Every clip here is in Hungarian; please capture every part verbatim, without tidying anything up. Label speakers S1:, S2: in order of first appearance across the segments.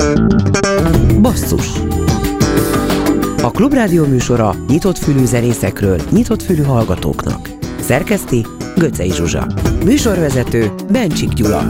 S1: Basszus. A Klubrádió műsora nyitott fülű zenészekről, nyitott fülű hallgatóknak. Szerkeszti Göcsei Zsuzsa. Műsorvezető Bencsik Gyula.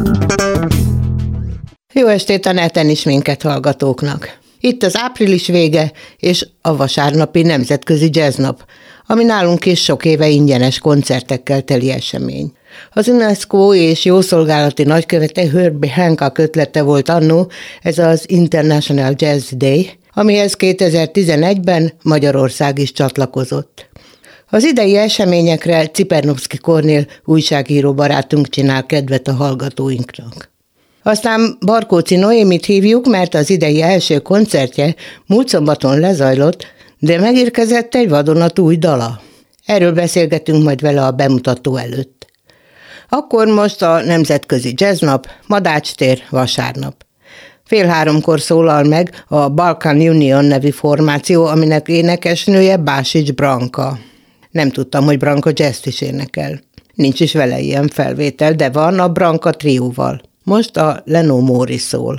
S2: Jó estét a neten is minket hallgatóknak. Itt az április vége és a vasárnapi nemzetközi jazznap, ami nálunk is sok éve ingyenes koncertekkel teli esemény. Az UNESCO és jószolgálati nagykövete Herbie Hancock ötlete volt annó ez az International Jazz Day, amihez kétezer-tizenegyben Magyarország is csatlakozott. Az idei eseményekre Cipernowski Kornél újságíró barátunk csinál kedvet a hallgatóinknak. Aztán Barkóczy Noémit hívjuk, mert az idei első koncertje múlt szombaton lezajlott, de megérkezett egy vadonatúj dala. Erről beszélgetünk majd vele a bemutató előtt. Akkor most a nemzetközi jazznap, Madács tér, vasárnap. Fél háromkor szólal meg a Balkan Union nevű formáció, aminek énekesnője Básics Branka. Nem tudtam, hogy Branka jazzt is énekel. Nincs is vele ilyen felvétel, de van a Branka trióval. Most a Leno Móri szól.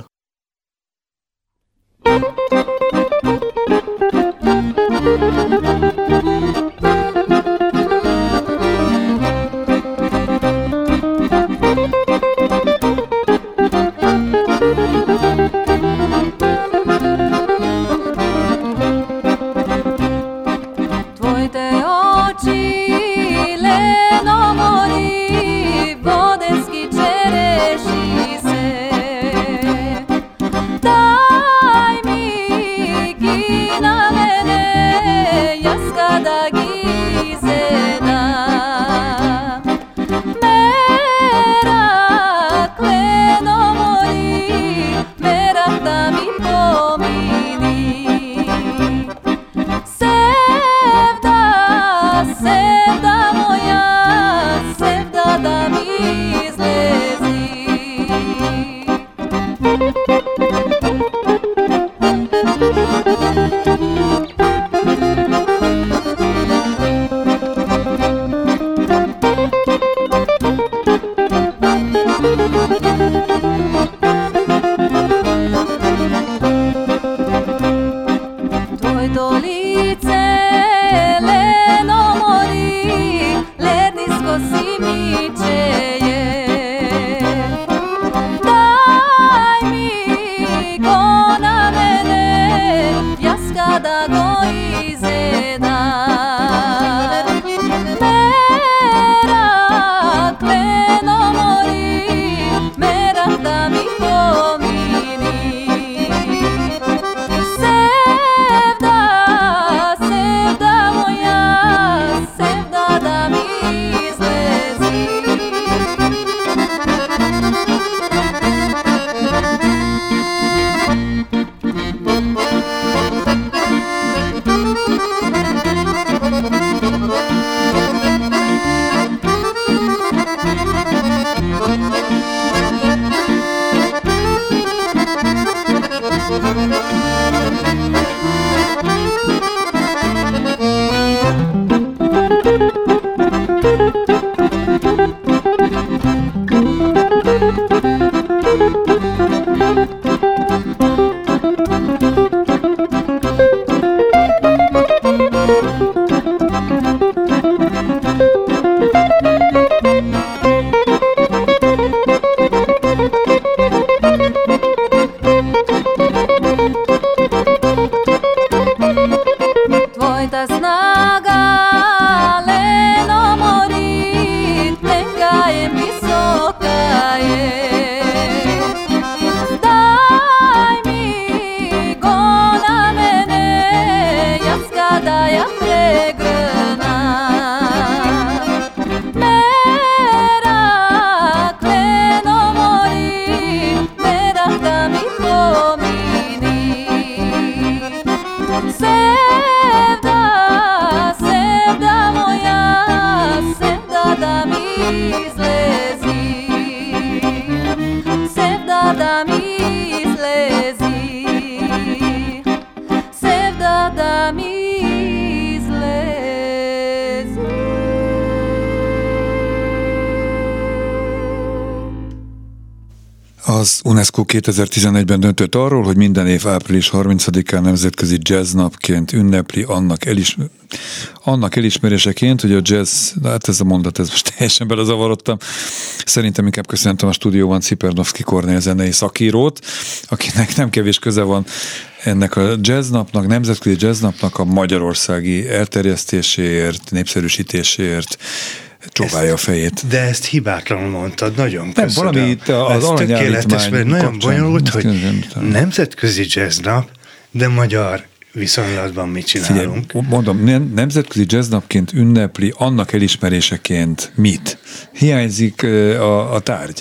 S3: Az UNESCO kétezer-tizenegyben döntött arról, hogy minden év április harmincadikán nemzetközi jazznapként ünnepli annak, elismer- annak elismeréseként, hogy a jazz, hát ez a mondat, ez most teljesen belezavarodtam, szerintem inkább köszöntöm a stúdióban Cipernowski Kornél zenei szakírót, akinek nem kevés köze van ennek a jazznapnak, nemzetközi jazznapnak a magyarországi elterjesztéséért, népszerűsítéséért csóválja a fejét.
S4: De ezt hibátlanul mondtad, nagyon
S3: nem,
S4: köszönöm.
S3: valami itt az
S4: ez tökéletes, mert nagyon bonyolult, hogy nemzetközi jazznap, de magyar viszonylatban mit csinálunk.
S3: Figyelj, mondom, nemzetközi jazznapként ünnepli annak elismeréseként mit? Hiányzik a, a tárgy.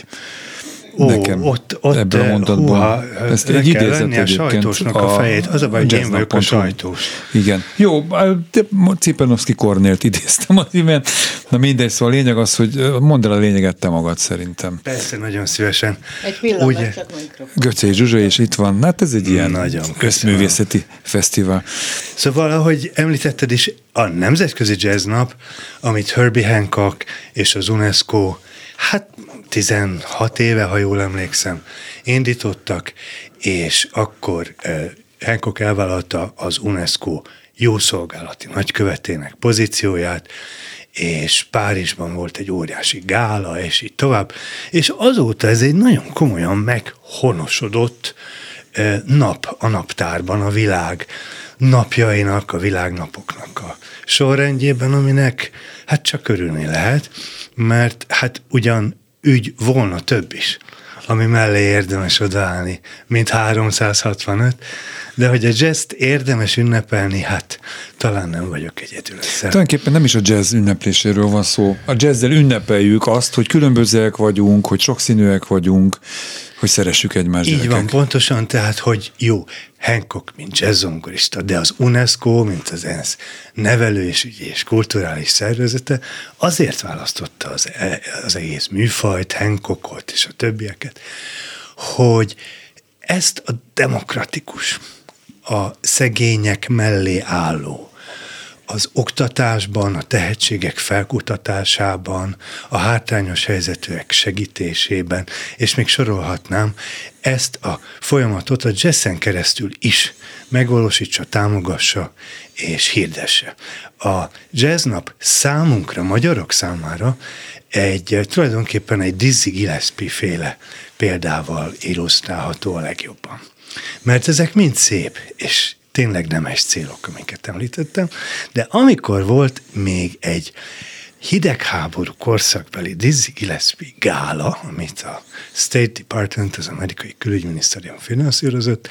S4: Ó,
S3: nekem
S4: ott, ott
S3: ebből a mondatból.
S4: Húha,
S3: ezt
S4: le
S3: egy
S4: kell venni a sajtósnak a, a fejét. Az a baj, hogy én vagyok a sajtós.
S3: Igen. Jó, Cipernowski Kornélt idéztem az imént. Na mindegy, szóval a lényeg az, hogy mondd el a lényeget te magad szerintem.
S4: Persze, nagyon szívesen.
S2: Egy pillanat, csak mikrofon.
S3: Göcé Zsuzsa is itt van. Hát ez egy ilyen
S4: nagyon
S3: közművészeti fesztivál.
S4: Szóval, ahogy említetted is, a Nemzetközi Jazznap, amit Herbie Hancock és az UNESCO, hát tizenhat éve, ha jól emlékszem, indítottak, és akkor eh, Hancock elvállalta az UNESCO jószolgálati nagykövetének pozícióját, és Párizsban volt egy óriási gála, és így tovább. És azóta ez egy nagyon komolyan meghonosodott eh, nap a naptárban, a világ napjainak, a világnapoknak a sorrendjében, aminek hát csak örülni lehet, mert hát ugyan ügy volna több is, ami mellé érdemes odaállni, mint háromszázhatvanöt, de hogy a jazzt érdemes ünnepelni, hát talán nem vagyok egyedül ezzel.
S3: Tulajdonképpen nem is a jazz ünnepléséről van szó. A jazzzel ünnepeljük azt, hogy különbözőek vagyunk, hogy sokszínűek vagyunk, hogy szeressük egymást.
S4: Így
S3: gyerekek.
S4: van, pontosan, tehát, hogy jó, Hancock, mint jazzzongorista, de az UNESCO, mint az ENSZ nevelő és, és kulturális szervezete, azért választotta az, az egész műfajt, Hancockot és a többieket, hogy ezt a demokratikus, a szegények mellé álló, az oktatásban, a tehetségek felkutatásában, a hátrányos helyzetűek segítésében, és még sorolhatnám, ezt a folyamatot a jazzen keresztül is megvalósítsa, támogassa és hirdesse. A jazznap számunkra, magyarok számára egy tulajdonképpen egy Dizzy Gillespie féle példával illusztrálható a legjobban. Mert ezek mind szép és tényleg nemes célok, amiket említettem, de amikor volt még egy hidegháború korszakbeli Dizzy Gillespie gála, amit a State Department, az amerikai külügyminisztérium finanszírozott,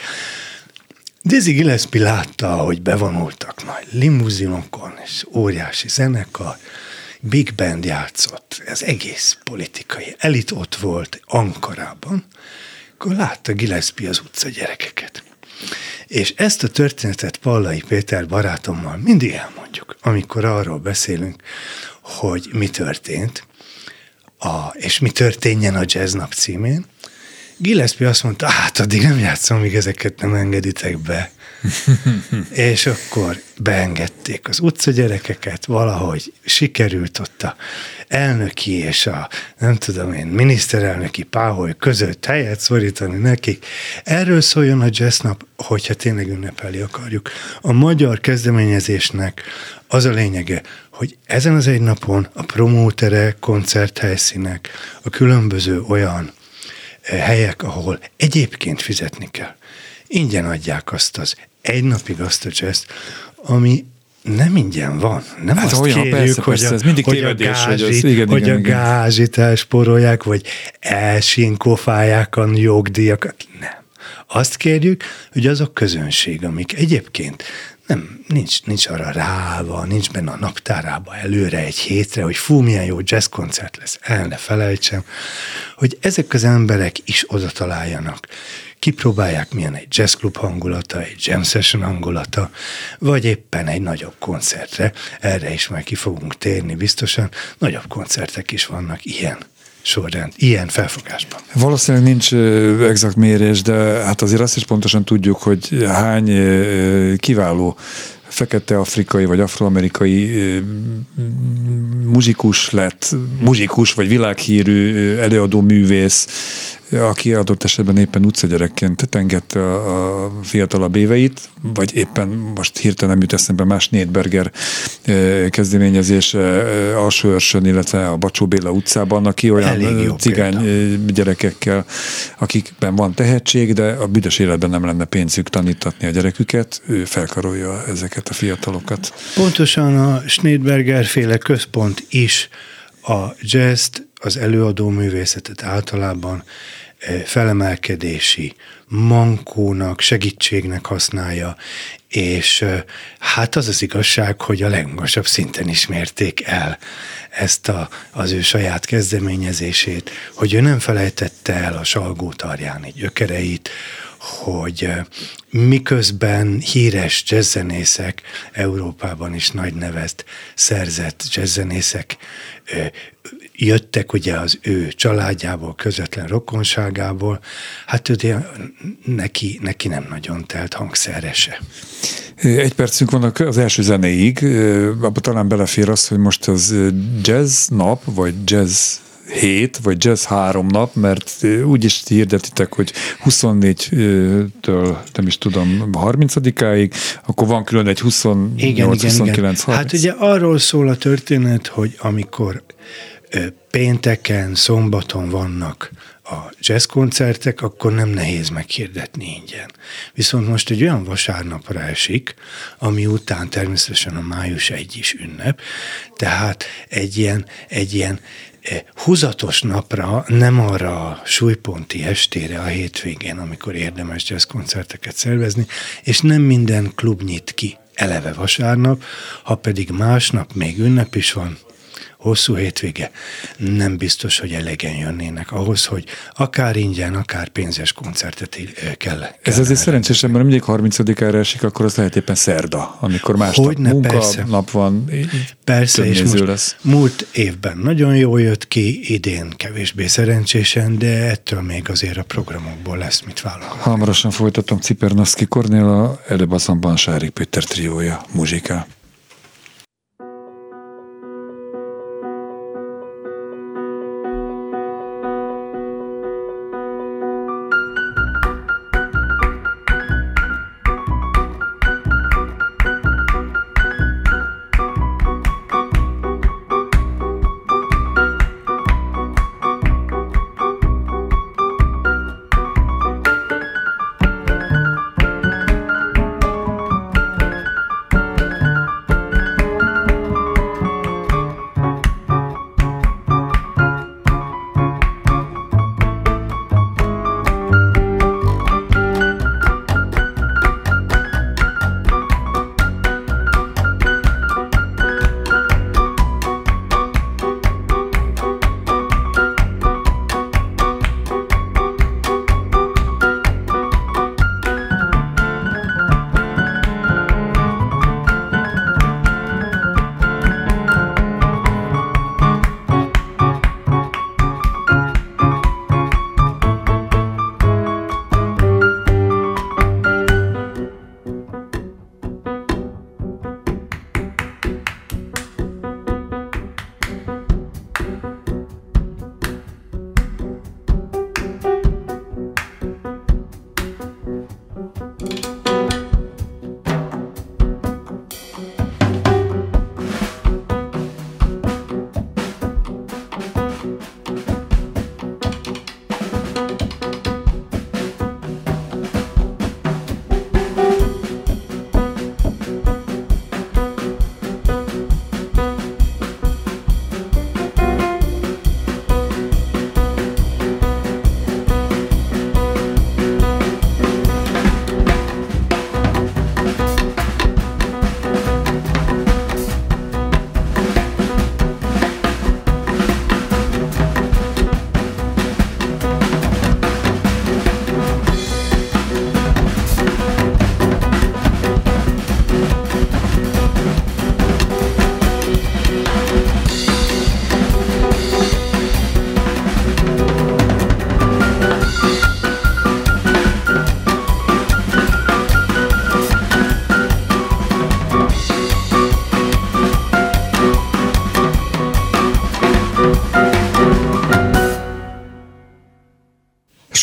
S4: Dizzy Gillespie látta, hogy bevonultak majd limuzinokon, és óriási zenekar, big band játszott, ez egész politikai elit ott volt Ankarában, akkor látta Gillespie az utca gyerekeket. És ezt a történetet Pallai Péter barátommal mindig elmondjuk, amikor arról beszélünk, hogy mi történt, a, és mi történjen a jazznap címén. Gillespie azt mondta, hát addig nem játszom, míg ezeket nem engeditek be. És akkor beengedték az utcagyerekeket, valahogy sikerült ott a elnöki és a, nem tudom én, miniszterelnöki páholy között helyet szorítani nekik. Erről szóljon a jazznap, hogyha tényleg ünnepelni akarjuk. A magyar kezdeményezésnek az a lényege, hogy ezen az egy napon a promóterek, koncerthelyszínek, a különböző olyan helyek, ahol egyébként fizetni kell, ingyen adják azt az egy napig azt a jazzt, ami nem ingyen van. Nem hát azt olyan, kérjük, persze, hogy, persze, a, hogy a gázsit, hogy, az, igen, hogy igen, a gázsit elsporolják, vagy elsinkofálják a jogdíjakat. Nem. Azt kérjük, hogy az a közönség, amik egyébként nem, nincs, nincs arra ráva, nincs benne a naptárába előre egy hétre, hogy fú, milyen jó jazzkoncert lesz, el ne felejtsem, hogy ezek az emberek is oda találjanak. Kipróbálják, milyen egy jazzklub hangulata, egy jam session hangulata, vagy éppen egy nagyobb koncertre, erre is majd ki fogunk térni biztosan, nagyobb koncertek is vannak ilyen sorrend, ilyen felfogásban.
S3: Valószínűleg nincs exakt mérés, de hát azért azt is pontosan tudjuk, hogy hány kiváló fekete-afrikai vagy afroamerikai muzsikus lett, muzsikus vagy világhírű előadó művész aki adott esetben éppen utcagyerekként tengette a, a fiatalabb éveit, vagy éppen most hirtelen nem jut eszembe más Snédberger kezdeményezés Alsóörsön, illetve a Bacsó Béla utcában, aki olyan cigány példa. Gyerekekkel, akikben van tehetség, de a büdös életben nem lenne pénzük tanítatni a gyereküket, ő felkarolja ezeket a fiatalokat.
S4: Pontosan a Snédberger féle központ is a jazzt, az előadó művészetet általában felemelkedési mankónak, segítségnek használja, és hát az az igazság, hogy a legmagasabb szinten is mérték el ezt a, az ő saját kezdeményezését, hogy ő nem felejtette el a Salgó-Tarjáni gyökereit, hogy miközben híres jazzzenészek, Európában is nagy nevet szerzett jazzzenészek jöttek ugye az ő családjából, közvetlen rokonságából, hát ugye neki, neki nem nagyon telt hangszerre se.
S3: Egy percünk van az első zenéig, abban talán belefér az, hogy most az jazz nap, vagy jazz hét, vagy jazz három nap, mert úgy is hirdetitek, hogy huszonnégytől, nem is tudom, harmincadikáig, akkor van külön egy huszonnyolc huszonkilenc harminc.
S4: Hát ugye arról szól a történet, hogy amikor pénteken, szombaton vannak a jazzkoncertek, akkor nem nehéz meghirdetni ingyen. Viszont most egy olyan vasárnapra esik, ami után természetesen a május egy is ünnep, tehát egy ilyen, egy ilyen húzatos napra, nem arra a súlyponti estére a hétvégén, amikor érdemes jazzkoncerteket szervezni, és nem minden klub nyit ki eleve vasárnap, ha pedig másnap még ünnep is van, hosszú hétvége, nem biztos, hogy elegen jönnének ahhoz, hogy akár ingyen, akár pénzes koncertet kell.
S3: Ez azért szerencsésem, mert mindig harmincadikára esik, akkor az lehet éppen szerda, amikor másnap munkanap van,
S4: persze, és most lesz. Múlt évben nagyon jól jött ki, idén kevésbé szerencsésen, de ettől még azért a programokból lesz mit vállalni.
S3: Hamarosan folytatom Cipernaszki Kornéla, előbb azonban Sárik Péter triója, muzsikál.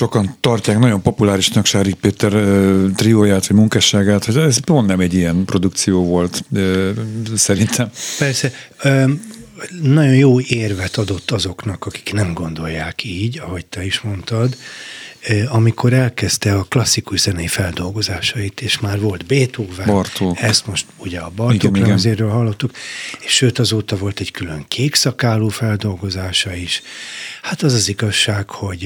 S3: sokan tartják nagyon populárisnak Sárik Péter trióját, vagy munkásságát, hogy ez pont nem egy ilyen produkció volt, szerintem.
S4: Persze, nagyon jó érvet adott azoknak, akik nem gondolják így, ahogy te is mondtad, amikor elkezdte a klasszikus zenei feldolgozásait, és már volt Beethoven,
S3: Bartók.
S4: Ezt most ugye a Bartók lemezéről hallottuk, és sőt azóta volt egy külön kékszakálú feldolgozása is. Hát az az igazság, hogy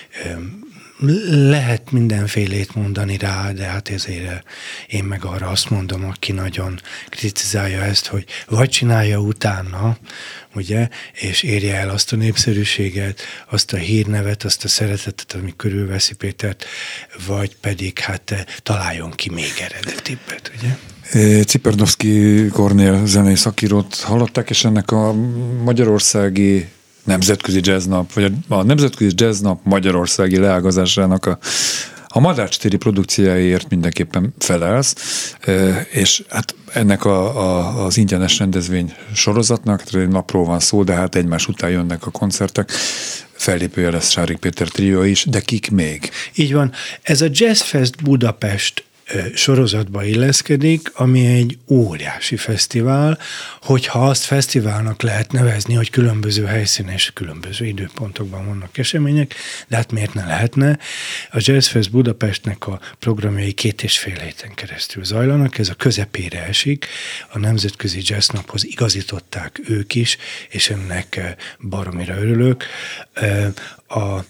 S4: lehet mindenfélét mondani rá, de hát ezért én meg arra azt mondom, aki nagyon kritizálja ezt, hogy vagy csinálja utána, ugye, és érje el azt a népszerűséget, azt a hírnevet, azt a szeretetet, ami körülveszi Pétert, vagy pedig hát találjon ki még eredetibbet, ugye?
S3: Cipernowski Kornél zenei szakírót hallották, és ennek a magyarországi nemzetközi jazznap, vagy a nemzetközi jazznap magyarországi leágazásának a, a Madách-téri produkciáért mindenképpen felelsz, és hát ennek a, a, az ingyenes rendezvény sorozatnak, tehát egy napról van szó, de hát egymás után jönnek a koncertek, fellépője lesz Sárik Péter trió is, de kik még?
S4: Így van. Ez a Jazzfest Budapest sorozatba illeszkedik, ami egy óriási fesztivál, hogyha azt fesztiválnak lehet nevezni, hogy különböző helyszínen és különböző időpontokban vannak események, de hát miért ne lehetne? A Jazzfest Budapestnek a programjai két és fél héten keresztül zajlanak, ez a közepére esik, a Nemzetközi Jazznaphoz igazították ők is, és ennek baromira örülök. A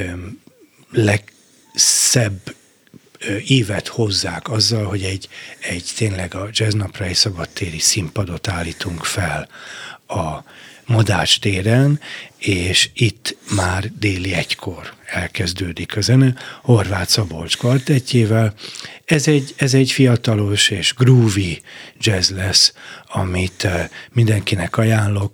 S4: legszebb évet hozzák azzal, hogy egy, egy tényleg a jazznapra egy szabadtéri színpadot állítunk fel a Madách téren, és itt már déli egykor elkezdődik a zene, Horváth Szabolcs kvartettjével. Ez egy, ez egy fiatalos és groovy jazz lesz, amit mindenkinek ajánlok,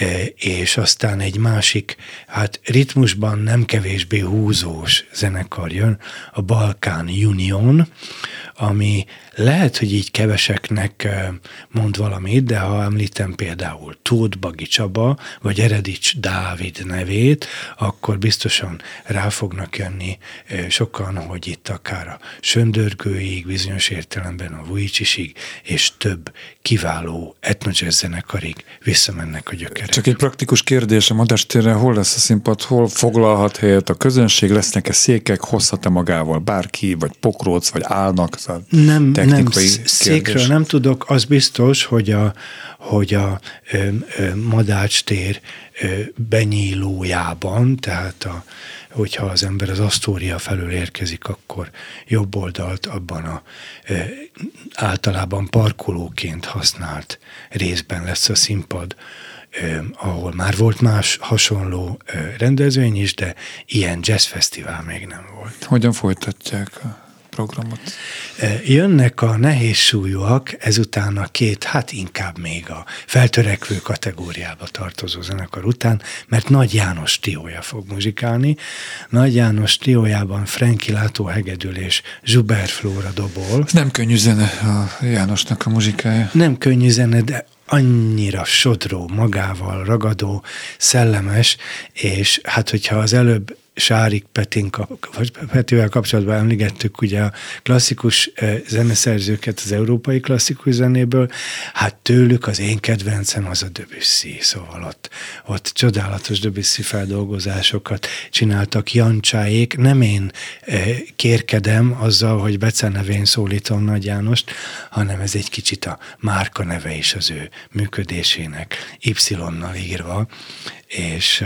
S4: és aztán egy másik, hát ritmusban nem kevésbé húzós zenekar jön, a Balkán Union, ami lehet, hogy így keveseknek mond valamit, de ha említem például Tóth Bagi Csaba, vagy Eredics Dávid nevét, akkor biztosan rá fognak jönni sokan, hogy itt akár a Söndörgőig, bizonyos értelemben a Vujicisigig, és több kiváló etnojazz zenekarig visszamennek a gyökerek.
S3: Csak egy praktikus kérdés, a Madách térre hol lesz a színpad, hol foglalhat helyet a közönség, lesznek-e székek, hozhat-e magával bárki, vagy pokróc, vagy állnak?
S4: Nem, nem székről nem tudok, az biztos, hogy a, hogy a ö, ö, Madách tér ö, benyílójában, tehát a, hogyha az ember az Asztória felől érkezik, akkor jobb oldalt abban a ö, általában parkolóként használt részben lesz a színpad, ö, ahol már volt más hasonló ö, rendezvény is, de ilyen jazzfesztivál még nem volt.
S3: Hogyan folytatják a programot?
S4: Jönnek a nehéz súlyúak, ezután a két, hát inkább még a feltörekvő kategóriába tartozó zenekar után, mert Nagy János triója fog muzsikálni. Nagy János triójában Franky látóhegedül és Zsuber Flóra dobol.
S3: Nem könnyű zene a Jánosnak a muzsikája.
S4: Nem könnyű zene, de annyira sodró, magával ragadó, szellemes, és hát hogyha az előbb Sárik Petinka, Petivel kapcsolatban emlegettük ugye a klasszikus zeneszerzőket az európai klasszikus zenéből, hát tőlük az én kedvencem az a Debussy, szóval ott, ott csodálatos Debussy feldolgozásokat csináltak Jancsáék, nem én kérkedem azzal, hogy becenevén szólítom Nagy Jánost, hanem ez egy kicsit a márka neve is az ő működésének Y-nal írva, és,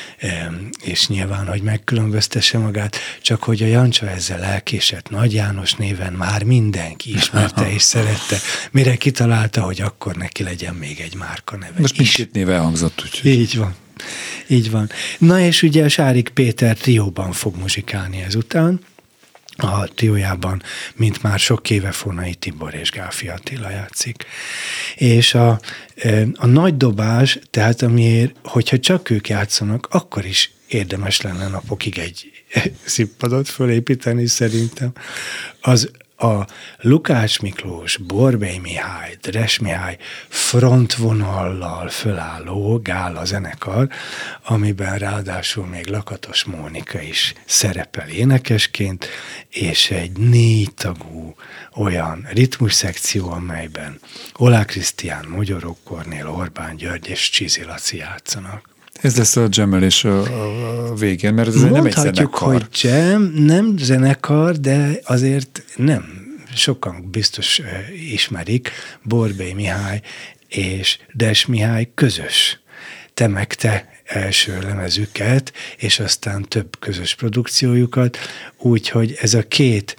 S4: és nyilván, hogy megkülönböztesse magát, csak hogy a Jancsa ezzel elkésett, Nagy János néven már mindenki ismerte és szerette, mire kitalálta, hogy akkor neki legyen még egy márka neve.
S3: Most mindkét név elhangzott, úgyhogy.
S4: Így van. Így van. Na és ugye a Sárik Péter trióban fog muzsikálni ezután, a triójában, mint már sok éve Fonai Tibor és Gáfi Attila játszik. És a, a nagy dobás, tehát amiért, hogyha csak ők játszanak, akkor is érdemes lenne napokig egy színpadot fölépíteni szerintem, az a Lukács Miklós, Borbély Mihály, Dres Mihály frontvonallal fölálló gála zenekar, amiben ráadásul még Lakatos Mónika is szerepel énekesként, és egy négy tagú olyan ritmus szekció, amelyben Olá Krisztián, Mogyoró Kornél, Orbán György és Csizi Laci játszanak.
S3: Ez lesz a jammelés a, a végén, mert ez nem egy zenekar.
S4: Hogy jam, nem zenekar, de azért nem. Sokan biztos ismerik, Borbély Mihály és Des Mihály közös Te meg te első lemezüket, és aztán több közös produkciójukat, úgyhogy ez a két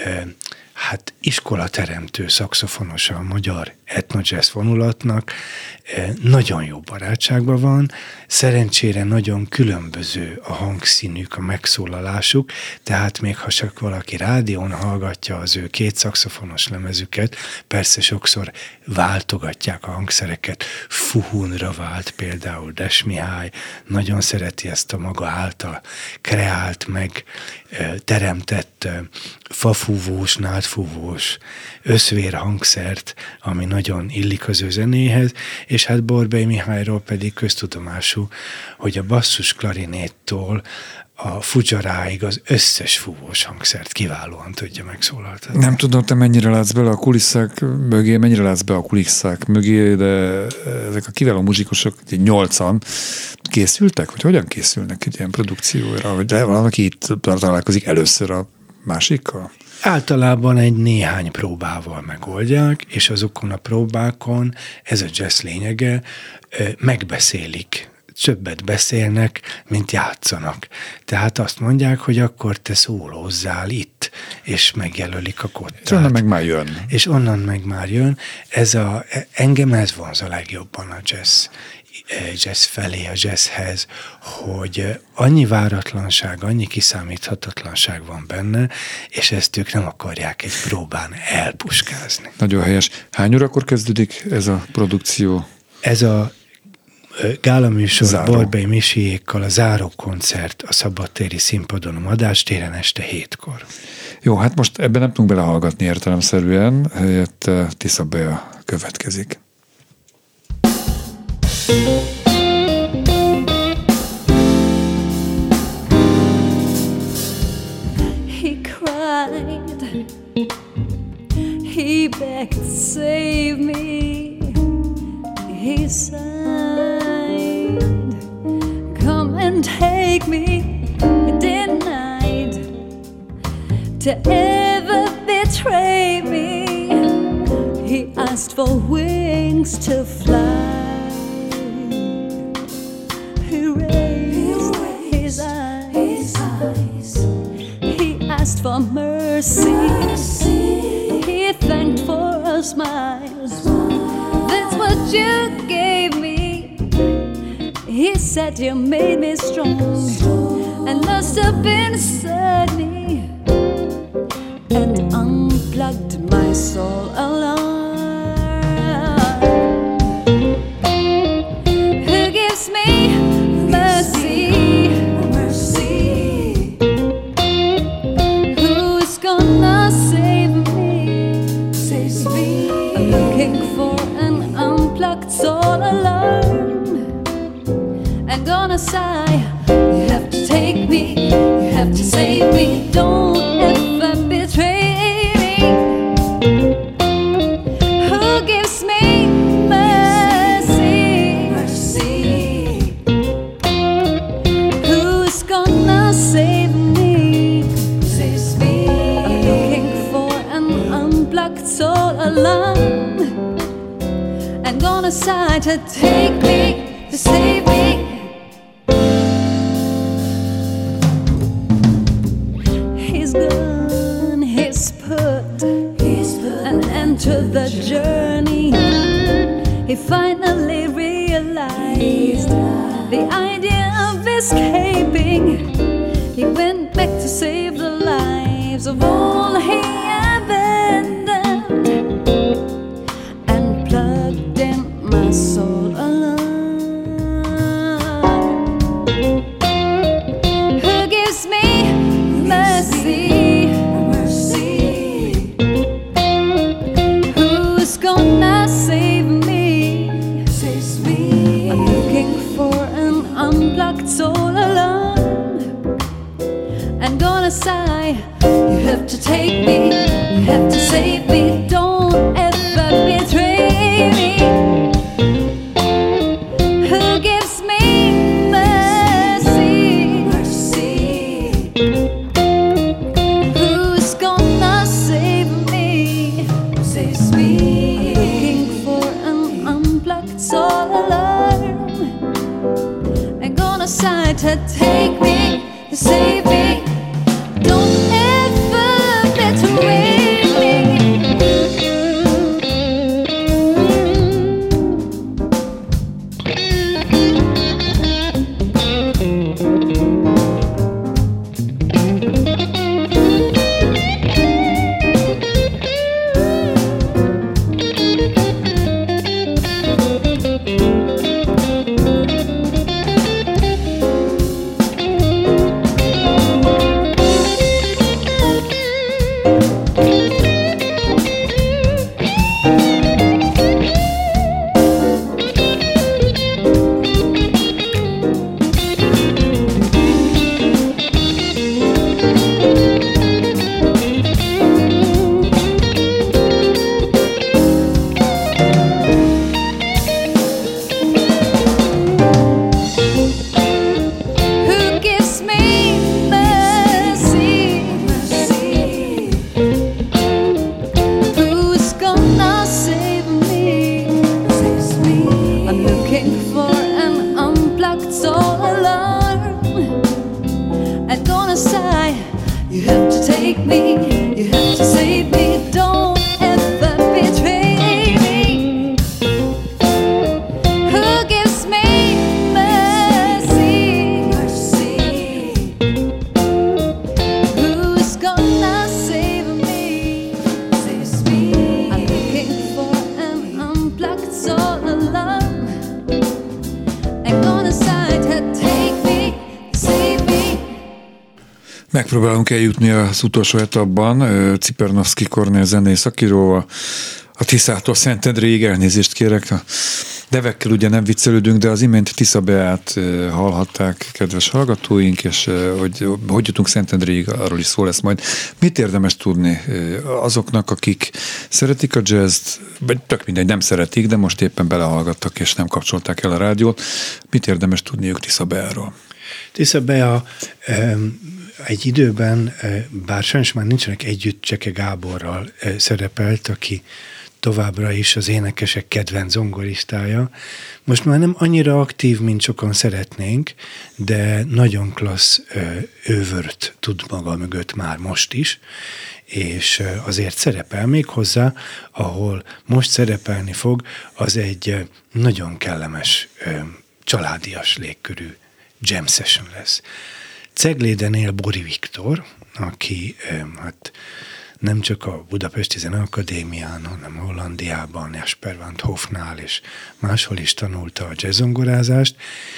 S4: hát iskolateremtő szaxofonos a magyar etno-jazz vonulatnak nagyon jó barátságban van, szerencsére nagyon különböző a hangszínük, a megszólalásuk, tehát még ha csak valaki rádión hallgatja az ő két szaxofonos lemezüket, persze sokszor váltogatják a hangszereket, fuhunra vált például Des Mihály, nagyon szereti ezt a maga által kreált, meg teremtett fafúvós, nádfúvós összvér hangszert, ami nagyon illik az ő zenéhez, és hát Borbély Mihályról pedig köztudomású, hogy a basszus klarinéttól a fucsaráig az összes fúvós hangszert kiválóan tudja megszólaltatni.
S3: Nem tudom, te mennyire látsz bele a kulisszák mögé, mennyire látsz be a kulisszák mögé, de ezek a kiváló muzsikusok, nyolcan készültek, vagy hogyan készülnek egy ilyen produkcióra, vagy valaki itt találkozik először a másikkal?
S4: Általában egy néhány próbával megoldják, és azokon a próbákon, ez a jazz lényege, megbeszélik, többet beszélnek, mint játszanak. Tehát azt mondják, hogy akkor te szólózzál itt, és megjelölik a kottát. És
S3: onnan meg már jön.
S4: És onnan meg már jön. Ez a, engem ez vonz a legjobban a jazz, jazz felé, a jazzhez, hogy annyi váratlanság, annyi kiszámíthatatlanság van benne, és ezt ők nem akarják egy próbán elpuskázni.
S3: Nagyon helyes. Hány órakor kezdődik ez a produkció?
S4: Ez a gálaműsor Borbély Misiékkal a záró koncert a Szabadtéri Színpadon a Madástéren este hétkor.
S3: Jó, hát most ebben nem tudunk belehallgatni értelemszerűen, helyett Tisza Bea következik.
S5: He cried, he begged, save me, he sighed, come and take me, he denied to ever betray me, he asked for wings to fly. His eyes, his eyes. He asked for mercy. mercy. He thanked for a smile. smile. That's what you gave me. He said you made me strong, strong. And must have been inside me and unplugged my soul alone. Who gives me mercy, mercy? Who's gonna save me, save me? I'm looking for an unplugged soul alone. I'm gonna sigh, you have to take me, you have to save me. Don't ever betray me. Who gives me mercy, mercy? Who's gonna save me, save me? I'm looking for an unplugged soul alone. I'm gonna sigh to take me, to save me. He's gone, he's put, he's put an end to the journey. He finally realized the idea of escaping. He went back to save the lives of all he abandoned and plugged in my soul alone. Who gives me mercy, mercy? save me, don't ever betray me. Who gives me mercy? Mercy. Who's gonna save me? Saves me. Looking for an unplugged solar alarm. I'm gonna sign to take me, to save me. Don't ever betray me. Who gives me mercy? Mercy. Who's gonna save me? Saves me. I'm looking for an unplugged solar alarm. I'm gonna sigh. You have to take me. You have to save me. Don't ever betray me. Who gives me mercy? Mercy. Who's gonna save me? Saves me. I'm looking for an unplugged solar alarm. I'm gonna sign to take me, save me.
S3: Megpróbálunk eljutni az utolsó etapban. Ö, Cipernowski Kornél zenei szakíróval, a Tiszától Szentendréig, elnézést kérek. A nevekkel ugye nem viccelődünk, de az imént Tisza Beát ö, hallhatták, kedves hallgatóink, és ö, hogy hogy jutunk Szentendréig, arról is szó lesz majd. Mit érdemes tudni ö, azoknak, akik szeretik a jazzt, vagy tök mindegy, nem szeretik, de most éppen belehallgattak, és nem kapcsolták el a rádiót. Mit érdemes tudniuk Tisza Beáról?
S4: Tisza Bea um, egy időben, bár sajnos már nincsenek együtt, Cseke Gáborral szerepelt, aki továbbra is az énekesek kedvenc zongoristája. Most már nem annyira aktív, mint sokan szeretnénk, de nagyon klassz övört tud maga mögött már most is, és azért szerepel még hozzá, ahol most szerepelni fog, az egy nagyon kellemes, családias légkörű jam session lesz. Cegléden él Bori Viktor, aki hát nem csak a Budapesti Zeneakadémián, hanem Hollandiában, Jasper van 't Hofnál és máshol is tanulta a jazzzongorázást,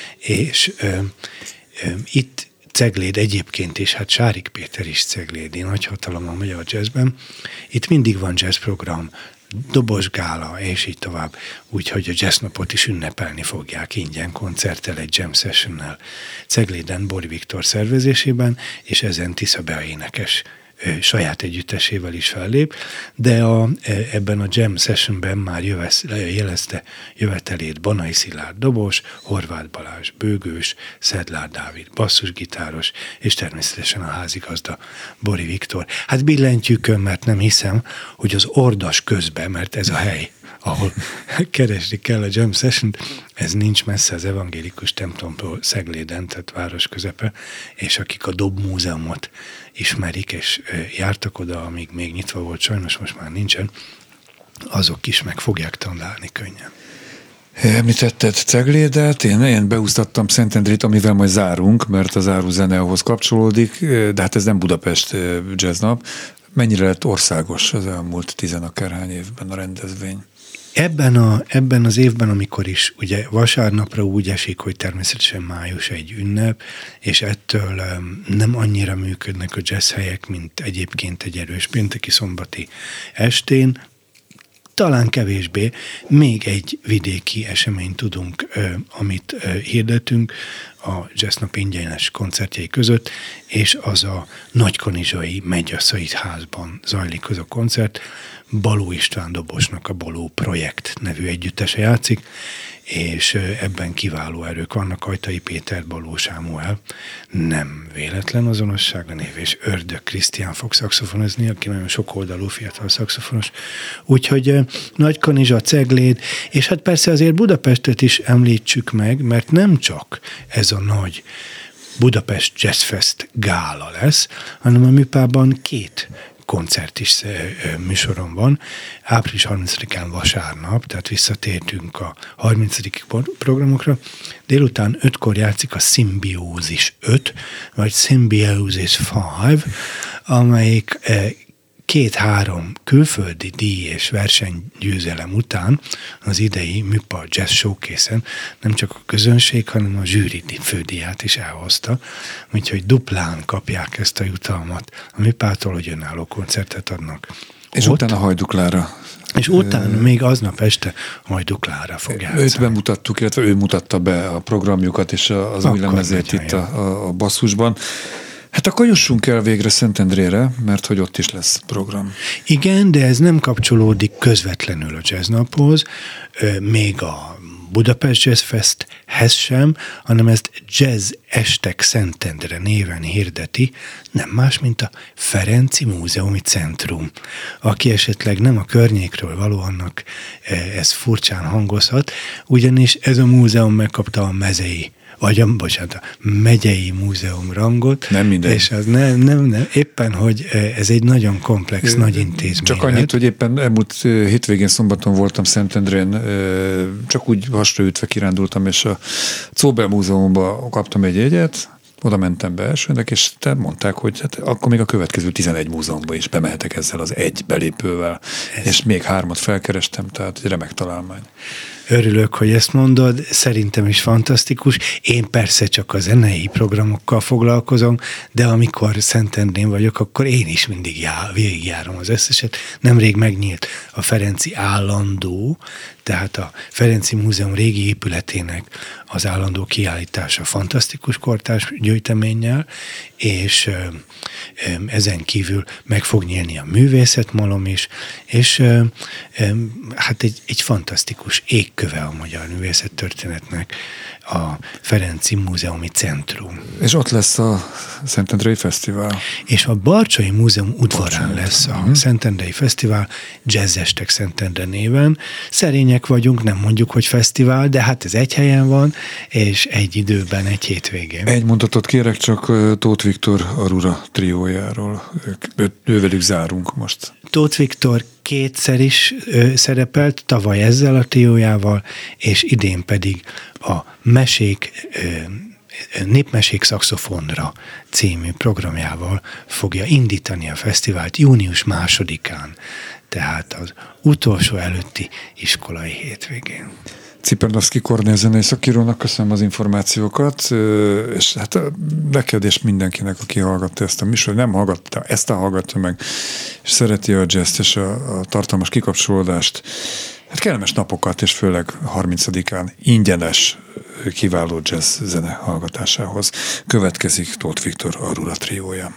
S4: és ö, ö, itt Cegléd egyébként is, hát Sárik Péter is ceglédi, nagy hatalom a magyar jazzben, itt mindig van jazzprogram, dobosgála, és így tovább, úgyhogy a jazznapot is ünnepelni fogják ingyen koncerttel, egy jam sessionnel Cegléden Bori Viktor szervezésében, és ezen Tisza Bea énekes saját együttesével is fellép, de a, ebben a jam sessionben már jövesz, jelezte jövetelét Banai Szilárd dobos, Horváth Balázs bőgős, Szedlár Dávid basszusgitáros, és természetesen a házigazda Bori Viktor. Hát billentyűkön, mert nem hiszem, hogy az ordas közben, mert ez a hely, ahol keresni kell a jam session, ez nincs messze az evangélikus templomtól Szegléden, tehát város közepe, és akik a Dob Múzeumot ismerik, és jártak oda, amíg még nyitva volt, sajnos most már nincsen, azok is meg fogják találni könnyen.
S3: Említetted Ceglédet, én, én beúsztattam Szentendrét, amivel majd zárunk, mert a záró ahhoz kapcsolódik, de hát ez nem Budapest jazznap. Mennyire lett országos az elmúlt tizenakárhány évben a rendezvény?
S4: Ebben, a, ebben az évben, amikor is ugye vasárnapra úgy esik, hogy természetesen május egy ünnep, és ettől um, nem annyira működnek a jazzhelyek, mint egyébként egy erős pénteki szombati estén, talán kevésbé, még egy vidéki eseményt tudunk, amit hirdetünk, a jazznap ingyenes koncertjei között, és az a Nagykanizsai Megyaszai házban zajlik az a koncert. Baló István dobosnak a Baló Projekt nevű együttese játszik, és ebben kiváló erők vannak, Ajtai Péter, Baló Sámuel, nem véletlen azonosság a név, és Ördög Krisztián fog szaxofonozni, aki nagyon sokoldalú fiatal szaxofonos. Úgyhogy Nagykanizsa, Cegléd, és hát persze azért Budapestet is említsük meg, mert nem csak ez a nagy Budapest Jazz Fest gála lesz, hanem a Műpában két koncert is műsoron van. április harmincadikán vasárnap, tehát visszatértünk a harmincadik programokra. Délután ötkor játszik a Szimbiózis öt, vagy Symbiosis öt, amelyik két-három külföldi díj és versenygyőzelem után az idei Műpa Jazz Showcase-en nem csak a közönség, hanem a zsűri fődíját is elhozta, úgyhogy duplán kapják ezt a jutalmat a Műpától, hogy önálló koncertet adnak.
S3: És
S4: ott,
S3: utána Hajduklára.
S4: És utána uh, még aznap este Hajduklára fog játszani.
S3: Őt bemutattuk, illetve ő mutatta be a programjukat és az új lemezét itt a, a, a basszusban. Hát akkor jussunk el végre Szentendrére, mert hogy ott is lesz program.
S4: Igen, de ez nem kapcsolódik közvetlenül a jazznaphoz, még a Budapest Jazz Festhez sem, hanem ezt Jazz Estek Szentendre néven hirdeti, nem más, mint a Ferenci Múzeumi Centrum. Aki esetleg nem a környékről való, annak ez furcsán hangozhat, ugyanis ez a múzeum megkapta a mezei vagy a, bocsánat, a megyei múzeum rangot.
S3: Nem minden.
S4: És az nem, nem, nem, éppen, hogy ez egy nagyon komplex, nagy intézmény.
S3: Csak annyit, hogy éppen elmúlt hétvégén szombaton voltam Szentendrén, csak úgy hasraütve kirándultam, és a Czóbel Múzeumban kaptam egy jegyet, oda mentem be elsőnek, és te mondták, hogy hát akkor még a következő tizenegy múzeumban is bemehetek ezzel az egy belépővel, ez. És még hármat felkerestem, tehát egy remek találmány.
S4: Örülök, hogy ezt mondod, szerintem is fantasztikus. Én persze csak a zenei programokkal foglalkozom, de amikor Szentendrén vagyok, akkor én is mindig já, végigjárom az összeset. Nemrég megnyílt a Ferenci állandó, tehát a Ferenci Múzeum régi épületének az állandó kiállítása fantasztikus kortárs gyűjteménnyel, és ezen kívül meg fog nyílni a művészetmalom is, és hát egy, egy fantasztikus égköve a magyar művészettörténetnek a Ferenci Múzeumi Centrum.
S3: És ott lesz a Szentendrei Fesztivál.
S4: És a Barcsai Múzeum udvarán
S3: Bocsánat.
S4: lesz a
S3: uh-huh.
S4: Szentendrei Fesztivál, Jazzestek Szentendre néven. Szerények vagyunk, nem mondjuk, hogy fesztivál, de hát ez egy helyen van, és egy időben, egy hétvégén.
S3: Egy mondatot kérek csak Tóth Viktor Arura triójáról. Ő, ővelük zárunk most.
S4: Tóth Viktor kétszer is ö, szerepelt, tavaly ezzel a triójával, és idén pedig a Mesék, ö, Népmesék szaxofonra című programjával fogja indítani a fesztivált június másodikán, tehát az utolsó előtti iskolai hétvégén.
S3: Cipernowski Kornél zenei szakírónak köszönöm az információkat, és hát neked és mindenkinek, aki hallgatta ezt a műsor, nem hallgatta, ezt a hallgatja meg, és szereti a jazzt és a, a tartalmas kikapcsolódást. Hát kellemes napokat, és főleg harmincadikán ingyenes, kiváló jazz zene hallgatásához. Következik Tóth Viktor Arura triója.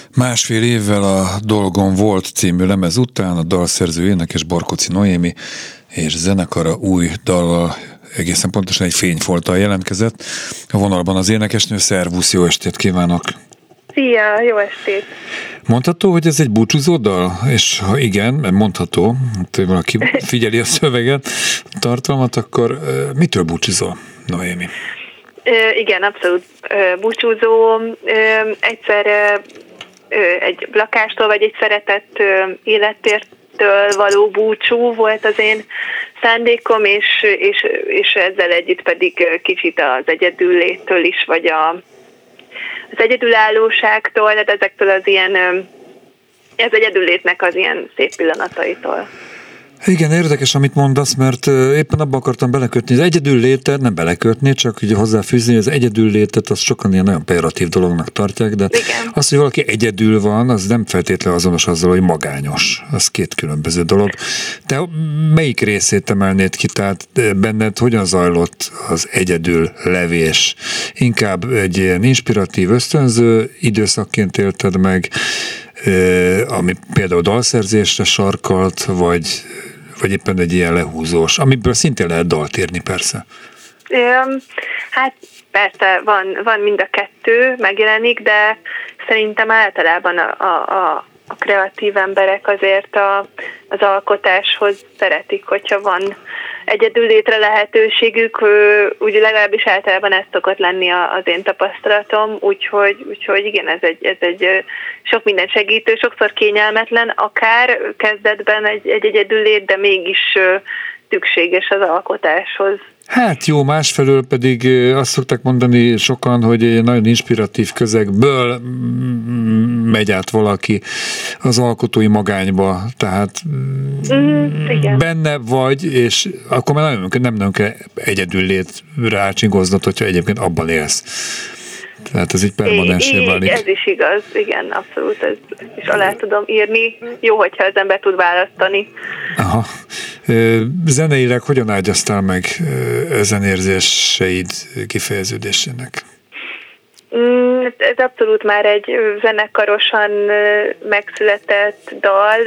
S3: Másfél évvel a Dolgom volt című lemez után a dalszerző énekes Barkóczy Noémi és zenekara új dallal, egészen pontosan egy fényfolttal jelentkezett. A vonalban az énekesnő. Szervusz, jó estét kívánok!
S6: Szia, jó estét!
S3: Mondható, hogy ez egy búcsúzó dal? És ha igen, mert mondható, hogy valaki figyeli a szöveget, a tartalmat, akkor mitől búcsúzol, Noémi?
S6: Ö, igen, abszolút ö, búcsúzó. Ö, egyszer ö, egy lakástól, vagy egy szeretett ö, élettértől való búcsú volt az én szándékom, és, és, és ezzel együtt pedig kicsit az egyedülléttől is, vagy a, az egyedülállóságtól, tehát ezektől az ilyen, az egyedüllétnek az ilyen szép pillanataitól.
S3: Igen, érdekes, amit mondasz, mert éppen abba akartam belekötni. Az egyedüllétet nem belekötni, csak ugye hozzáfűzni, hogy az egyedüllétet azt sokan ilyen nagyon pejoratív dolognak tartják, de igen. Az, hogy valaki egyedül van, az nem feltétlenül azonos azzal, hogy magányos. Az két különböző dolog. Te melyik részét emelnéd ki? Tehát benned hogyan zajlott az egyedül levés? Inkább egy ilyen inspiratív, ösztönző időszakként élted meg, ami például dalszerzésre sarkalt, vagy, vagy éppen egy ilyen lehúzós, amiből szintén lehet dalt írni, persze.
S6: Hát persze, van, van mind a kettő, megjelenik, de szerintem általában a, a, a kreatív emberek azért a, az alkotáshoz szeretik, hogyha van egyedül létre lehetőségük, úgy legalábbis általában ez szokott lenni az én tapasztalatom, úgyhogy, úgyhogy igen, ez egy, ez egy sok minden segítő, sokszor kényelmetlen, akár kezdetben egy, egy egyedül lét, de mégis szükséges az alkotáshoz.
S3: Hát jó, másfelől pedig azt szokták mondani sokan, hogy egy nagyon inspiratív közegből megy át valaki az alkotói magányba, tehát mm, benne vagy, és akkor már nagyon, nem nagyon kell egyedül létre ácsingoznod, hogyha egyébként abban élsz. Tehát ez így permanensé válik.
S6: Ez is igaz, igen, abszolút, ez is alá tudom írni. Jó, hogyha az ember tud választani.
S3: Aha. Zeneileg hogyan ágyaztál meg ezen érzéseid kifejeződésének?
S6: Ez abszolút már egy zenekarosan megszületett dal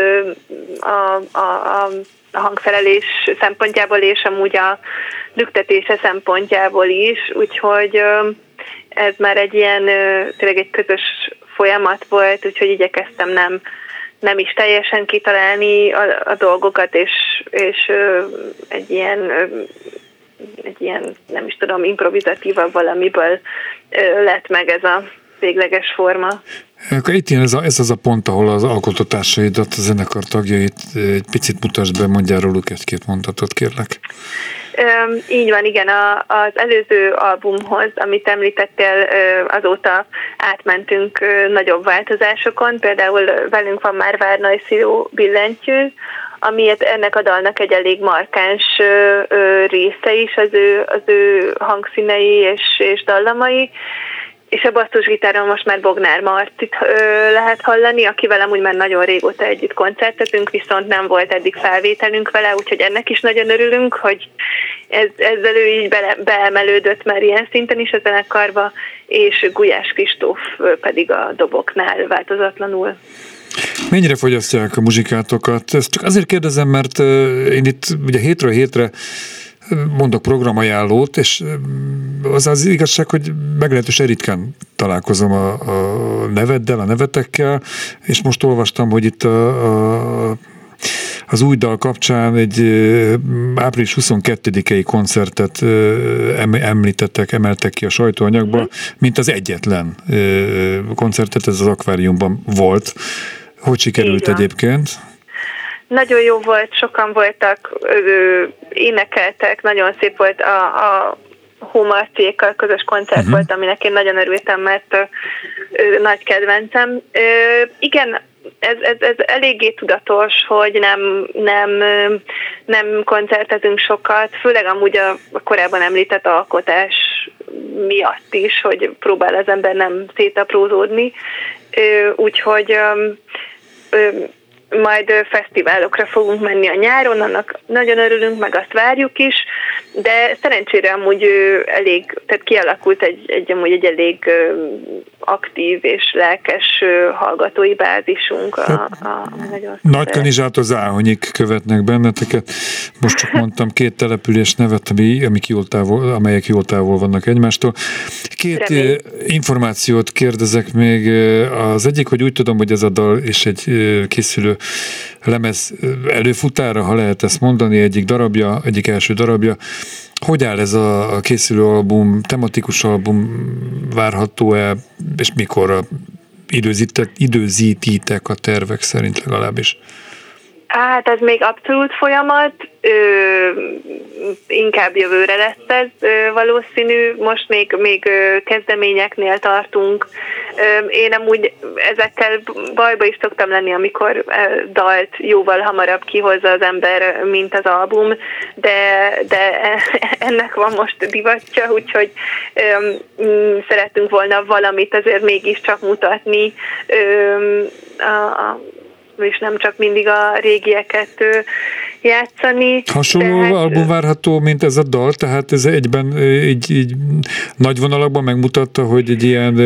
S6: a, a, a hangfelelés szempontjából, és amúgy a lüktetése szempontjából is, úgyhogy ez már egy ilyen, tényleg egy közös folyamat volt, úgyhogy igyekeztem nem, nem is teljesen kitalálni a, a dolgokat, és, és egy ilyen, egy ilyen, nem is tudom, improvizatívabb valamiből lett meg ez a végleges forma.
S3: Itt jön ez, a, ez az a pont, ahol az alkotatásaidat, a zenekar tagjait egy picit mutasd be, mondjál róluk egy-két mondatot, kérlek.
S6: Üm, így van, igen, a, az előző albumhoz, amit említettél, azóta átmentünk nagyobb változásokon, például velünk van már Várnai Sziró billentyű, amiért ennek a dalnak egy elég markáns része is, az ő, az ő hangszínei és, és dallamai, és a basszusgitáron most már Bognár Marcit ö, lehet hallani, akivel amúgy már nagyon régóta együtt koncertezünk, viszont nem volt eddig felvételünk vele, úgyhogy ennek is nagyon örülünk, hogy ez, ezzel ő így bele, beemelődött már ilyen szinten is a zenekarba, és Gulyás Kristóf pedig a doboknál változatlanul.
S3: Mennyire fogyasztják a muzsikátokat? Ezt csak azért kérdezem, mert én itt ugye hétről hétre mondok programajánlót, és az az igazság, hogy meglehetősen ritkán találkozom a, a neveddel, a nevetekkel, és most olvastam, hogy itt a, a, az új dal kapcsán egy április huszonkettedikei koncertet említettek, emeltek ki a sajtóanyagba, mint az egyetlen koncertet, ez az Akváriumban volt. Hogy sikerült egyébként?
S6: Nagyon jó volt, sokan voltak, énekeltek, nagyon szép volt a, a Hómarciékkal közös koncert uh-huh. volt, aminek én nagyon örültem, mert ö, ö, nagy kedvencem. Ö, igen, ez, ez, ez eléggé tudatos, hogy nem, nem, nem koncertezünk sokat, főleg amúgy a, a korábban említett alkotás miatt is, hogy próbál az ember nem szétaprózódni. Ö, úgyhogy ö, ö, majd fesztiválokra fogunk menni a nyáron, annak nagyon örülünk, meg azt várjuk is. de szerencsére amúgy elég, tehát kialakult egy, egy, amúgy egy elég aktív és lelkes hallgatói bázisunk. A, a, a
S3: Nagykanizsát, az Áhonyik követnek benneteket. Most csak mondtam két település nevet, amik jól távol, amelyek jól távol vannak egymástól. Két Remény. információt kérdezek még. Az egyik, hogy úgy tudom, hogy ez a dal és egy készülő lemez előfutára, ha lehet ezt mondani, egyik darabja, egyik első darabja. Hogy áll ez a készülő album, tematikus album, várható-e, és mikorra időzítitek a tervek szerint legalábbis?
S6: Hát ez még abszolút folyamat, ö, inkább jövőre lesz ez ö, valószínű, most még, még ö, kezdeményeknél tartunk. Ö, én amúgy ezekkel bajba is szoktam lenni, amikor ö, dalt jóval hamarabb kihozza az ember, mint az album, de, de ennek van most divatja, úgyhogy ö, m, szerettünk volna valamit azért mégiscsak mutatni ö, a, a és nem csak mindig a régieket játszani. Hasonló
S3: tehát... album várható, mint ez a dal, tehát ez egyben így, így nagy vonalakban megmutatta, hogy egy ilyen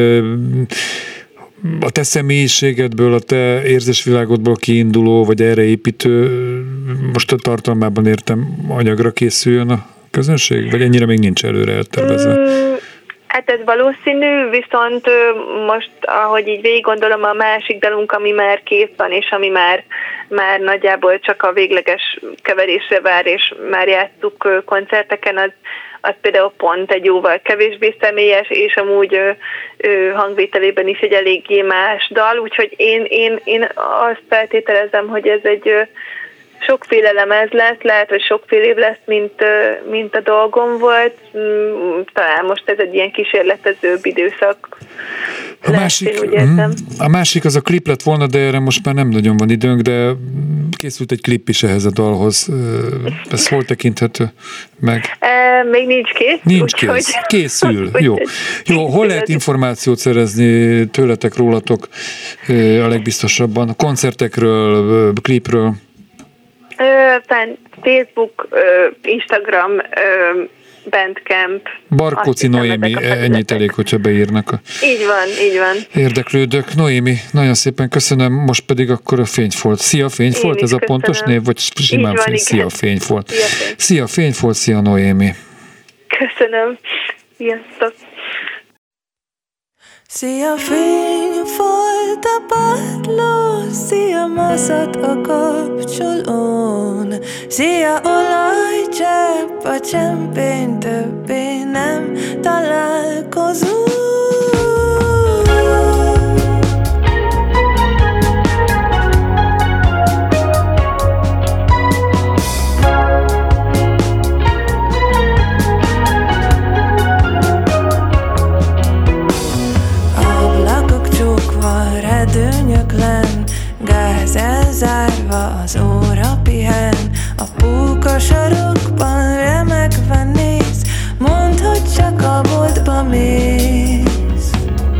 S3: a te személyiségedből, a te érzésvilágodból kiinduló, vagy erre építő, most a tartalmában értem, anyagra készüljön a közönség? Vagy ennyire még nincs előre eltervezve? Mm.
S6: Hát ez valószínű, viszont most, ahogy így végig gondolom, a másik dalunk, ami már kész van, és ami már, már nagyjából csak a végleges keverésre vár, és már játsszuk koncerteken, az, az például pont egy jóval kevésbé személyes, és amúgy ö, ö, hangvételében is egy eléggé más dal, úgyhogy én, én, én azt feltételezem, hogy ez egy ö, sokféle lemez lesz, lehet, hogy sokféle év lesz, mint, mint a dolgom volt. Talán most ez egy ilyen kísérletezőbb időszak.
S3: A másik, lesz, én úgy érzem. A másik az a klip lett volna, de erre most már nem nagyon van időnk, de készült egy klip is ehhez a dalhoz. Ez hol tekinthető meg?
S6: E, még nincs kész.
S3: Nincs kész. Hogy... Készül. Jó. Jó. Hol lehet információt szerezni tőletek, rólatok a legbiztosabban? Koncertekről, klipről?
S6: Facebook, Instagram, Bandcamp.
S3: Barkóci Noémi, ennyit elég, hogyha beírnak. A
S6: így van, így van.
S3: Érdeklődök. Noémi, nagyon szépen köszönöm, most pedig akkor a Fényfolt. Szia Fényfolt, ez a köszönöm. Pontos név, vagy simán van, fény? Szia Fényfolt. Szia, fény. Szia Fényfolt, szia Noémi.
S6: Köszönöm. Sziasztok.
S7: Szia fényfolt a padló, szia maszat a kapcsolón, szia olajcsepp a csempén, többé nem találkozunk. Gáz elzárva, az óra pihen, a póka sarokban remegve néz, mondd, hogy csak a boltba mész.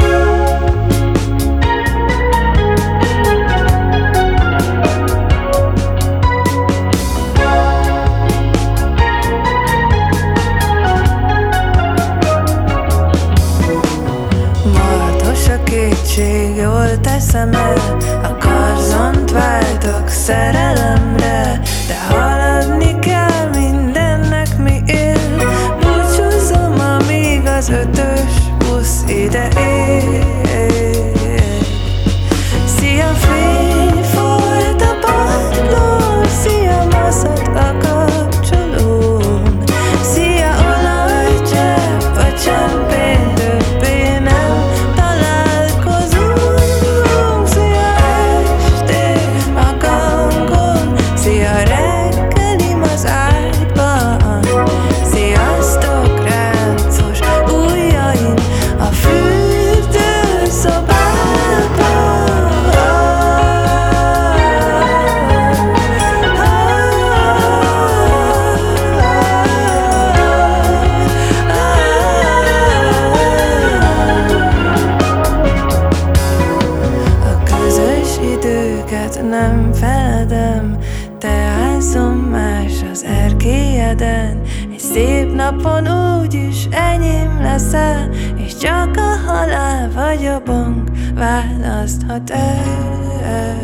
S7: Martos a kétség, jól teszem el, a karzont váltok szerelemre, de haladni kell, mindennek mi él. Búcsúzom, amíg az ötös busz ide ér. Szia fényfolt a padlón, szia maszat a kapcsolón, szia olajcsepp a csempén, többé nem találkozunk. Szia estém a gangon, szia reggelim az ágyban, sziasztok ráncos ujjaim a fürdőszobában. A közös időket nem feledem, te házom más az erkélyeden, egy szép napon úgyis enyém leszel, és csak a halál vagy a bank választhat el.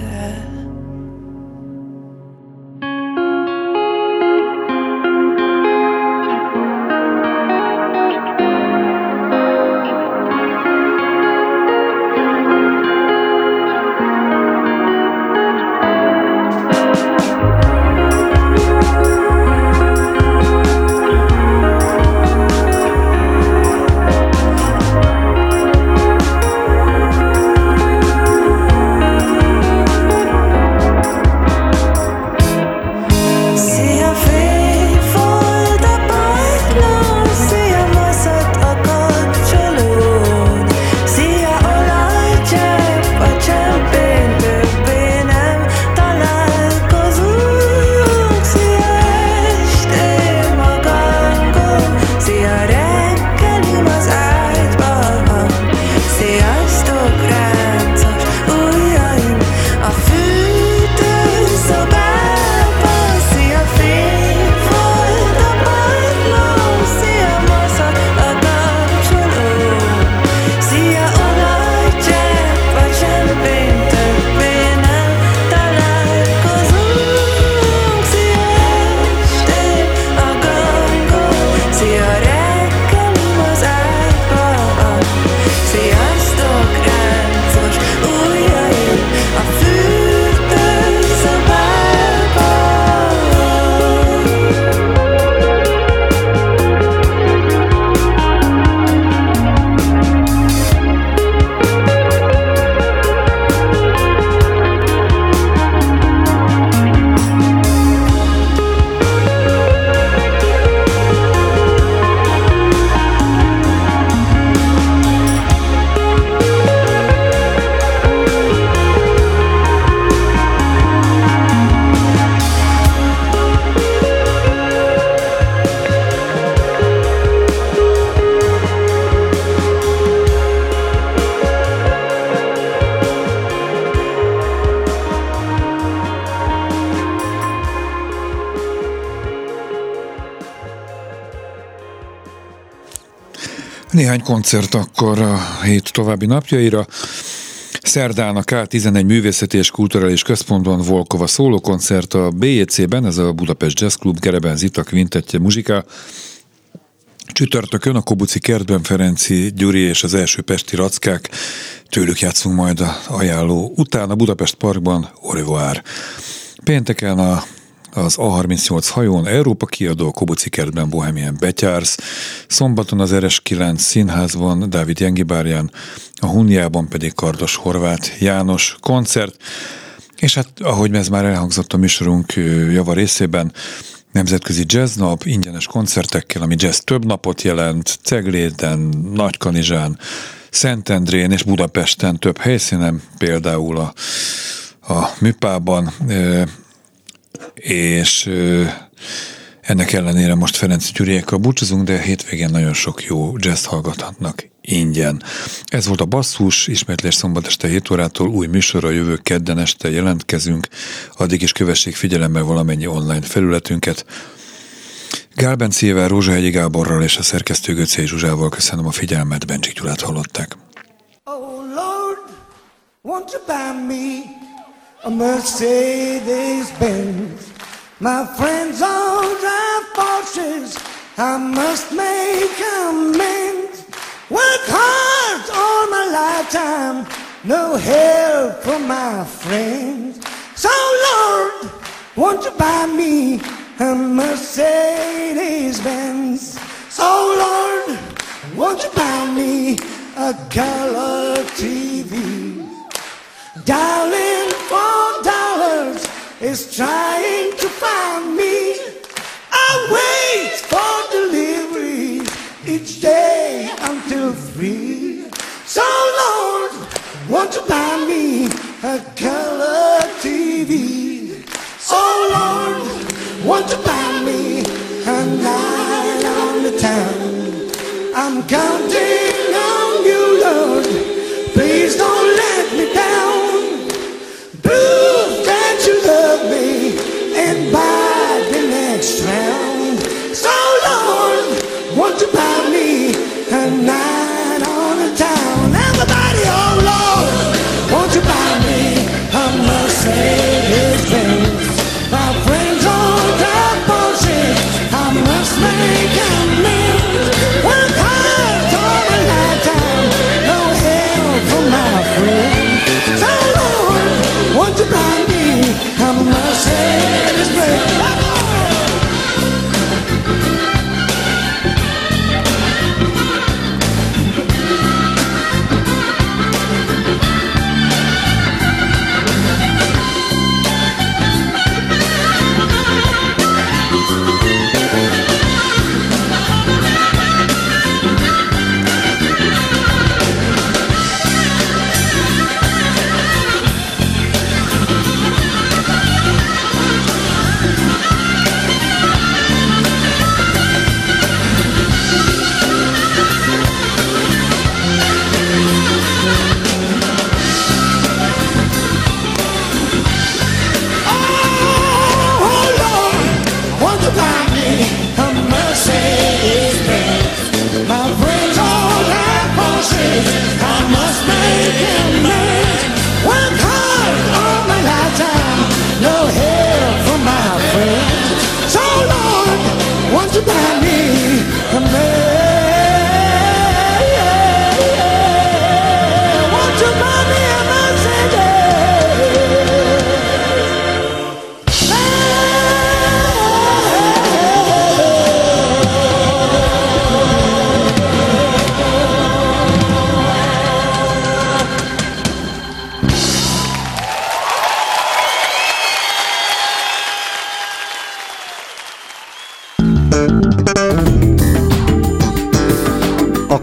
S3: Néhány koncert akkor a hét további napjaira. Szerdán a ká tizenegy Művészeti és Kulturális Központban Volkova szólókoncert, a bé jé cé-ben, ez a Budapest Jazz Club, Gereben Zita Quintettje muzsikál. Csütörtökön a Kobuci Kertben Ferenci Gyuri és az első pesti rackák, tőlük játszunk majd a ajánló. Utána a Budapest Parkban Au revoir. Pénteken a az á harmincnyolc hajón Európa kiadó, Kobuci Kertben Bohemian Betyársz, szombaton az er es kilenc színházban Dávid Jengibárján, a Hunniában pedig Kardos Horváth János koncert, és hát ahogy ez már elhangzott a műsorunk java részében, nemzetközi jazznap, ingyenes koncertekkel, ami jazz több napot jelent, Cegléden, Nagykanizsán, Szentendrén és Budapesten több helyszínen, például a, a Műpában, és ennek ellenére most Ferenc Gyuriékkal búcsúzunk, de hétvégén nagyon sok jó jazz hallgathatnak ingyen. Ez volt a Basszus, ismétlés szombat este hét órától, új műsorra jövő kedden este jelentkezünk, addig is kövessék figyelemmel valamennyi online felületünket. Gál Bencével, Rózsahegyi Gáborral és a szerkesztő Göczei Zsuzsával köszönöm a figyelmet, Bencsik Gyulát hallották.
S8: Oh Lord, won't you buy me a Mercedes-Benz? My friends all drive Porsches, I must make amends. Work hard all my lifetime, no help from my friends. So Lord, won't you buy me a Mercedes-Benz? So Lord, won't you buy me a color T V? Darling, four dollars is trying to find me. I wait for delivery each day until three. So Lord, won't you buy me a color T V? So Lord, won't you buy me a night on the town? I'm counting on you, Lord. Please don't let me down. Prove that you love me and buy the next round. So Lord,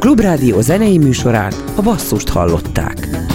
S1: Klubrádió zenei műsorát, a Basszust hallották.